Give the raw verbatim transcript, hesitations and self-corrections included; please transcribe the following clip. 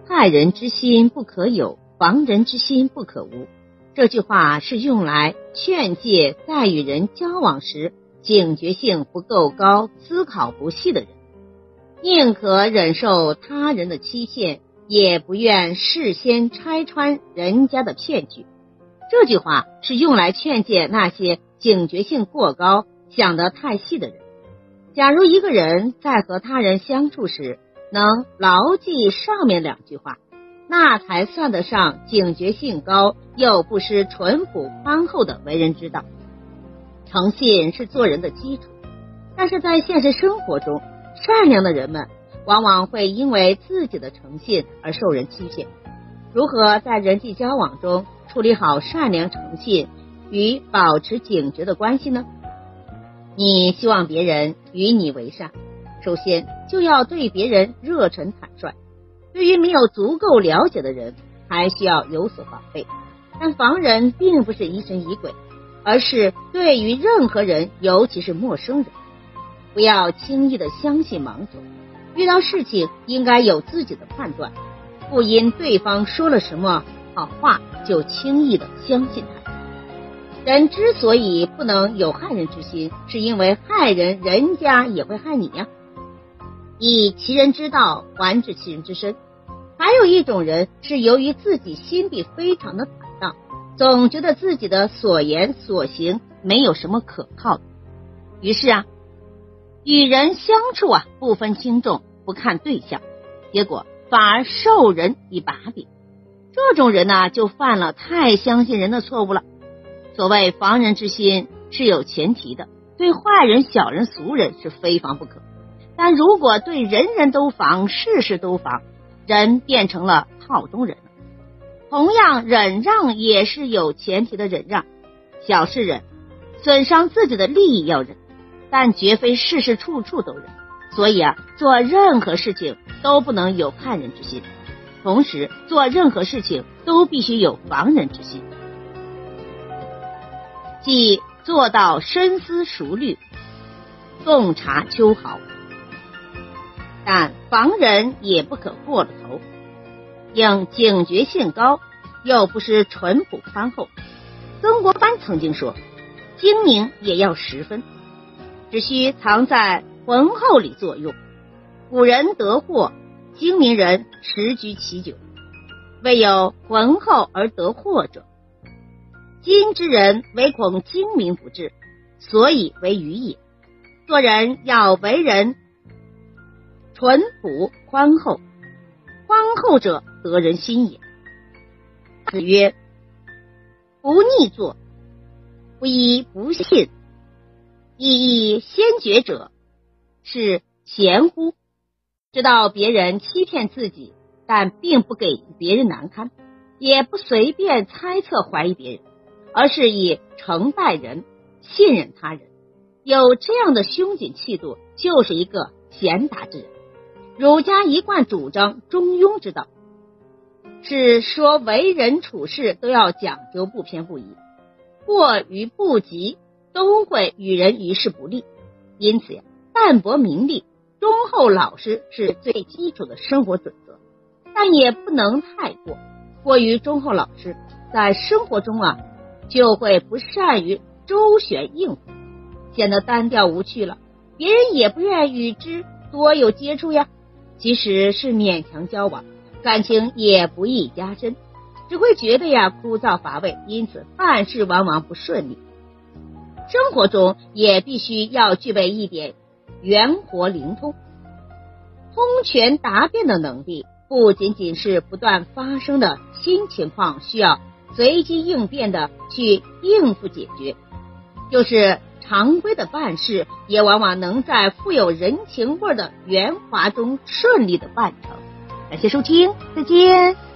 害人之心不可有，防人之心不可无。这句话是用来劝诫在与人交往时警觉性不够高、思考不细的人，宁可忍受他人的欺骗，也不愿事先拆穿人家的骗局。这句话是用来劝诫那些警觉性过高、想得太细的人。假如一个人在和他人相处时能牢记上面两句话，那才算得上警觉性高又不失淳朴宽厚的为人之道。诚信是做人的基础，但是在现实生活中，善良的人们往往会因为自己的诚信而受人欺骗。如何在人际交往中处理好善良诚信与保持警觉的关系呢？你希望别人与你为善，首先就要对别人热忱坦率。对于没有足够了解的人，还需要有所防备。但防人并不是疑神疑鬼，而是对于任何人，尤其是陌生人，不要轻易的相信盲从。遇到事情应该有自己的判断，不因对方说了什么好话就轻易的相信他。人之所以不能有害人之心，是因为害人人家也会害你呀。以其人之道还治其人之身。还有一种人是由于自己心地非常的坦荡，总觉得自己的所言所行没有什么可靠的，于是啊，与人相处啊不分轻重，不看对象，结果反而受人以把柄。这种人呢，就犯了太相信人的错误了。所谓防人之心是有前提的，对坏人、小人、俗人是非防不可。但如果对人人都防，事事都防，人变成了套中人了。同样，忍让也是有前提的忍让，小事忍，损伤自己的利益要忍，但绝非事事处处都忍。所以啊，做任何事情都不能有害人之心，同时做任何事情都必须有防人之心，即做到深思熟虑，洞察秋毫。但防人也不可过了头，应警觉性高，又不失淳朴宽厚。曾国藩曾经说，精明也要十分，只需藏在浑厚里作用。古人得祸，精明人十居其九，未有浑厚而得祸者。今之人唯恐精明不至，所以为愚也。做人要为人淳朴宽厚，宽厚者得人心也。子曰：不逆作，不以不信，以义先觉者，是贤乎？知道别人欺骗自己，但并不给别人难堪，也不随便猜测怀疑别人，而是以诚待人，信任他人。有这样的胸襟气度，就是一个贤达之人。儒家一贯主张中庸之道，是说为人处事都要讲究不偏不倚，过于不及都会与人于事不利。因此呀，淡泊名利，忠厚老实是最基础的生活准则，但也不能太过。过于忠厚老实，在生活中啊，就会不善于周旋应付，显得单调无趣了，别人也不愿与之多有接触呀。即使是勉强交往，感情也不易加深，只会觉得呀枯燥乏味，因此办事往往不顺利。生活中也必须要具备一点圆活灵通、通权达变的能力，不仅仅是不断发生的新情况需要随机应变的去应付解决，就是常规的办事也往往能在富有人情味的圆滑中顺利的办成。感谢收听，再见。